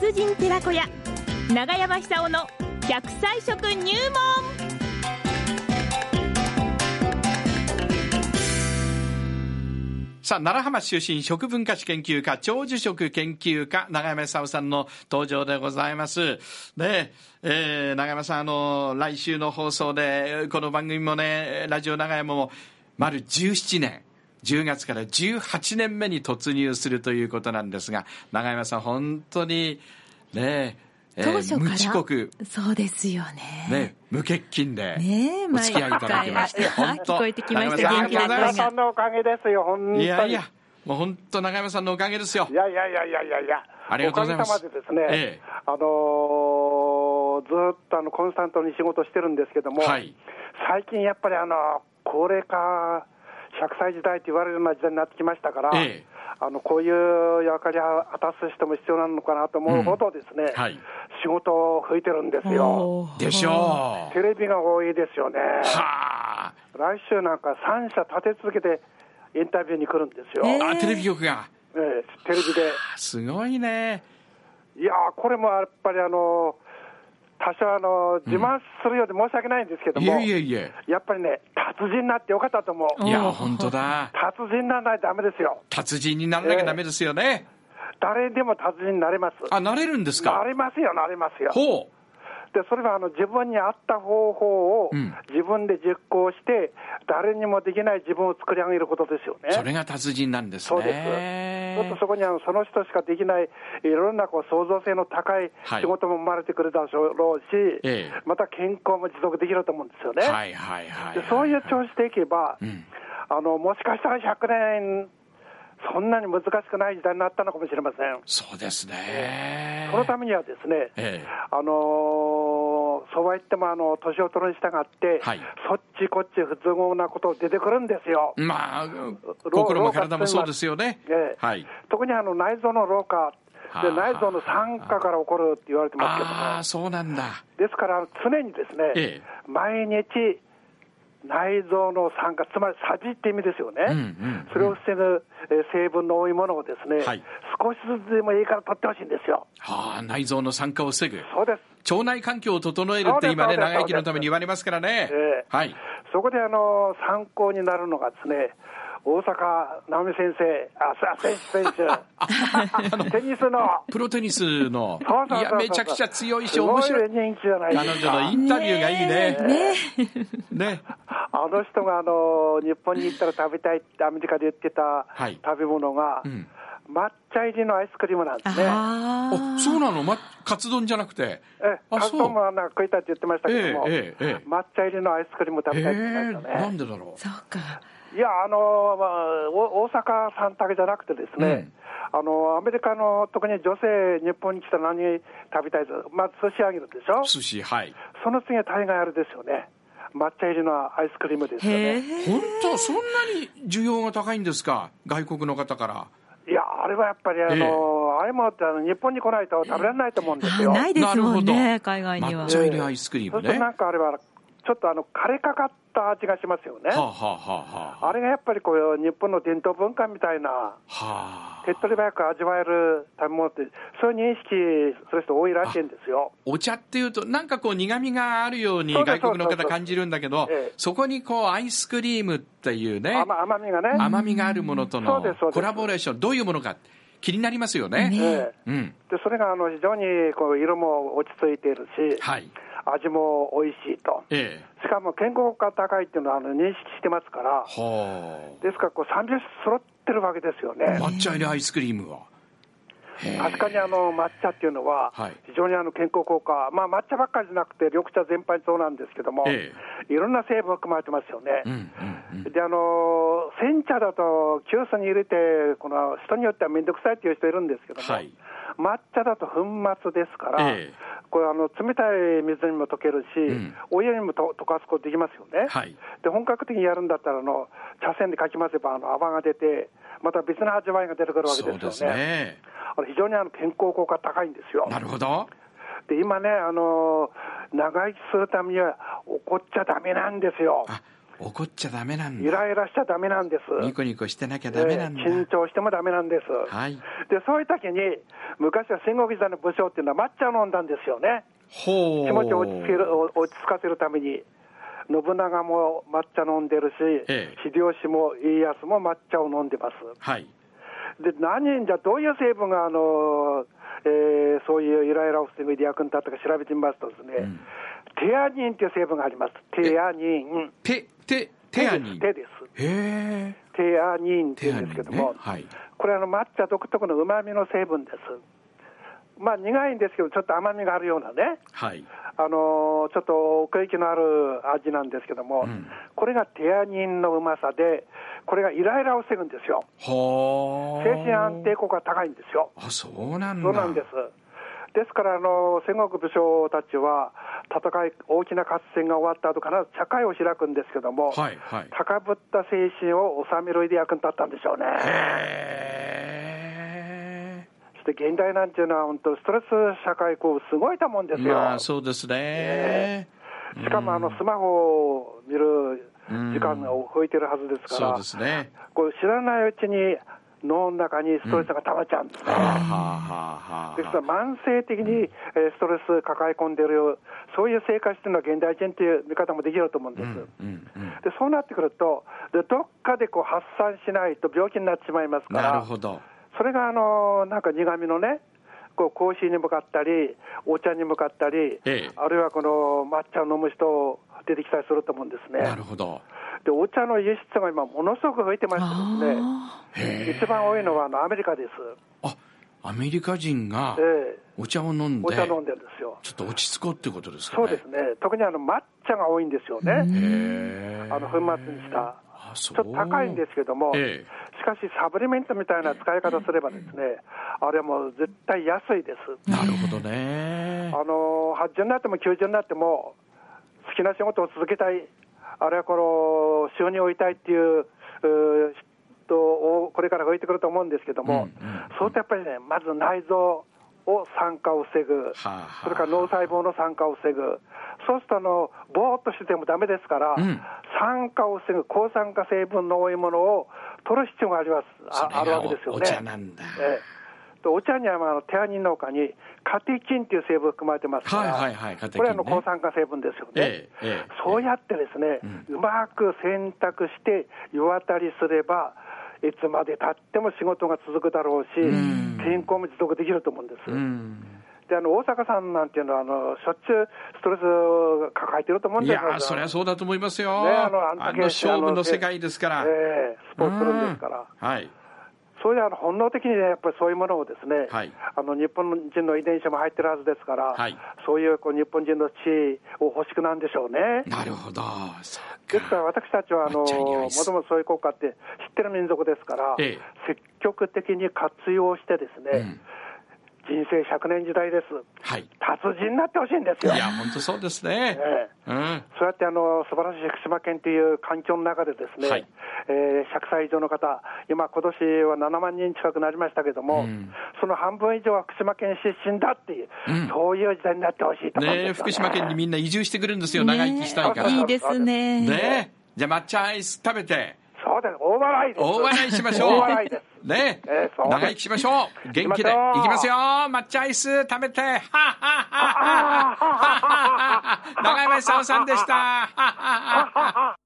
風神寺子屋長山久夫の100歳食入門。 さあ、奈良浜出身食文化史研究家長寿食研究家長山久夫さんの登場でございます。で、長山さん、来週の放送でこの番組もね、ラジオ長山も丸17年10月から18年目に突入するということなんですが、長山さん本当にね、 当初から無遅刻、 そうですよね。 無欠勤でお付き合いいただきまして、本当聞こえてきました。 長山さん、 元気な声長山さんのおかげですよ、本当に。 いやいや、もう本当長山さんのおかげですよ。 いやありがとうございます。 おかげさまでですね、ずっとコンスタントに仕事してるんですけども、はい、最近やっぱり高齢化100歳時代と言われるような時代になってきましたから、こういう役割を果たす人も必要なのかなと思うほどですね、仕事を増えてるんですよ。 でしょう。 テレビが多いですよね。来週なんか3社立て続けてインタビューに来るんですよ。 テレビ局が、 テレビで。 すごいね。 いやこれもやっぱり多少自慢するようで申し訳ないんですけども、やっぱりね、達人になってよかったと思う。 いや本当だ。 達人にならないとダメですよ。 達人にならなきゃダメですよね。 誰でも達人になれます。 なれるんですか。 なれますよ。 ほう。 でそれは自分に合った方法を自分で実行して、誰にもできない自分を作り上げることですよね。 それが達人なんですね。 そうです。ちょっとそこにその人しかできないいろんな創造性の高い仕事も生まれてくるだろうし、また健康も持続できると思うんですよね。でそういう調子でいけば、もしかしたら100年そんなに難しくない時代になったのかもしれません。 そうですね。 そのためにはですね、そうは言っても年を取るに従って、そっちこっち不都合なこと出てくるんですよ。 心も体もそうですよね。 特に内臓の老化で、内臓の酸化から起こるって言われてますけども、 そうなんだ。 ですから常にですね、毎日内臓の酸化、つまりさじって意味ですよね。それを防ぐ成分の多いものをですね、少しずつでもいいから取ってほしいんですよ。 内臓の酸化を防ぐ。 そうです。 腸内環境を整えるって今ね、長生きのために言われますからね。 そこで参考になるのがですね、大坂なおみ先生、選手テニスのプロテニスの、いやめちゃくちゃ強いし面白い。彼女のインタビューがいいね。 あの人が日本に行ったら食べたいってアメリカで言ってた食べ物が、抹茶入りのアイスクリームなんですね。 そうなの。カツ丼じゃなくて。 カツ丼も食いたいって言ってましたけども、抹茶入りのアイスクリーム食べたいって言ってましたね。 なんでだろう。 そうか。 いや大阪さんだけじゃなくてですね、アメリカの特に女性日本に来たら何食べたいです。まず寿司あげるでしょ。 寿司、 その次は大概あれですよね、抹茶入りのアイスクリームですよね。 本当そんなに需要が高いんですか、外国の方から。 いやあれはやっぱりあれもって日本に来ないと食べられないと思うんですよ。 ないですもんね、海外には。 抹茶入りアイスクリームね。 そうするとなんかあれはちょっと枯れかかった味がしますよね。あれがやっぱり日本の伝統文化みたいな、手っ取り早く味わえる食べ物って、そういう認識する人多いらしいんですよ。 お茶っていうとなんか苦味があるように外国の方感じるんだけど、そこにアイスクリームっていうね、 甘みがね、 甘みがあるものとのコラボレーション、どういうものか気になりますよね。 でそれが非常に色も落ち着いているし、味も美味しいと、しかも健康が高いっていうのは認識してますから、ですから30種揃ってるわけですよね。 抹茶入りアイスクリームは確かに抹茶っていうのは非常に健康効果、抹茶ばっかりじゃなくて緑茶全般そうなんですけども、いろんな成分含まれてますよね。で煎茶だと急須に入れて人によってはめんどくさいっていう人いるんですけども、抹茶だと粉末ですから、これ冷たい水にも溶けるし、お湯にも溶かすことできますよね。で本格的にやるんだったら茶筅でかき混ぜば泡が出て、また別の味わいが出てくるわけですよね。非常に健康効果高いんですよ。 なるほど。 で今ね長生きするためには怒っちゃダメなんですよ。 怒っちゃダメなんだ。 イライラしちゃダメなんです。 ニコニコしてなきゃダメなんだ。 緊張してもダメなんです。 はい。 で、そういう時に、昔は戦国時代の武将っていうのは抹茶を飲んだんですよね。 ほう。 気持ちを落ち着かせるために。信長も抹茶飲んでるし、秀吉も家康も抹茶を飲んでます。 はい。 で、じゃあどういう成分がそういうイライラを防ぐで役に立ったか調べてみますとですね、テアニンという成分があります。テアニン。 テアニン。 テです。 へー。 テアニンって言うんですけども、 ね、はい、 これ抹茶独特の旨味の成分です。まあ苦いんですけどちょっと甘みがあるようなね、 はい、 ちょっと奥行きのある味なんですけども、これがテアニンのうまさで、これがイライラを防ぐんですよ。精神安定効果が高いんですよ。 あ、そうなんだ。 そうなんです。ですから戦国武将たちは大きな合戦が終わった後必ず茶会を開くんですけども、 はいはい、 高ぶった精神を収めるで役に立ったんでしょうね。そして現代なんていうのは本当ストレス社会すごいたもんですよ。 まあそうですね。 しかもスマホを見る時間が増えてるはずですから、 そうですね。 これ知らないうちに脳の中にストレスが溜まっちゃうんですね。ですから慢性的にストレス抱え込んでる、そういう生活というのは現代人という見方もできると思うんです。でそうなってくると、どっかで発散しないと病気になってしまいますから。 なるほど。 それがなんか苦味のね、コーヒーに向かったりお茶に向かったり、あるいはこの抹茶を飲む人出てきたりすると思うんですね。 なるほど。 でお茶の輸出が今ものすごく増えてましてですね、一番多いのはアメリカです。 あ、アメリカ人がお茶を飲んで、 お茶飲んでるんですよ。 ちょっと落ち着こうってことですかね。 そうですね。特に抹茶が多いんですよね。粉末にした。ちょっと高いんですけども、しかしサプリメントみたいな使い方すればですね、あれはもう絶対安いです。 なるほどね。 80になっても90になっても好きな仕事を続けたい、あるいはこの収入を得たいっていう人をこれから増えてくると思うんですけども、そうするとやっぱりね、まず内臓を酸化を防ぐ、それから脳細胞の酸化を防ぐ、そうするとぼーっとしててもダメですから、酸化を防ぐ抗酸化成分の多いものを取る必要があるわけですよね。 お茶なんだ。 お茶にはテアニンの他にカテキンという成分が含まれてますから、これは抗酸化成分ですよね。そうやってですね、うまく選択して湯あたりすればいつまでたっても仕事が続くだろうし、健康も持続できると思うんです。で大阪さんなんていうのはしょっちゅうストレス抱えてると思うんですよ。 いやそれはそうだと思いますよ。勝負の世界ですから、 スポーツするんですから、そういう本能的にやっぱりそういうものをですね、日本人の遺伝子も入ってるはずですから、そういう日本人の地位を欲しくなんでしょうね。 なるほど。 ですから私たちはもともとそういう効果って知ってる民族ですから、積極的に活用してですね、人生100年時代です。達人になってほしいんですよ。 いや本当そうですね。 そうやって素晴らしい福島県という環境の中でですね、100歳以上の方、今年は7万人近くなりましたけども、その半分以上は福島県出身だっていう、そういう時代になってほしいと思うんですよね。 福島県にみんな移住してくるんですよ。長生きしたいから。 いいですね。 じゃあ抹茶アイス食べて。 そうです。大笑いです。 大笑いしましょう。 大笑いです。 ね、長生きしましょう。元気でいきますよ。抹茶アイス食べて。長山久夫さんでした。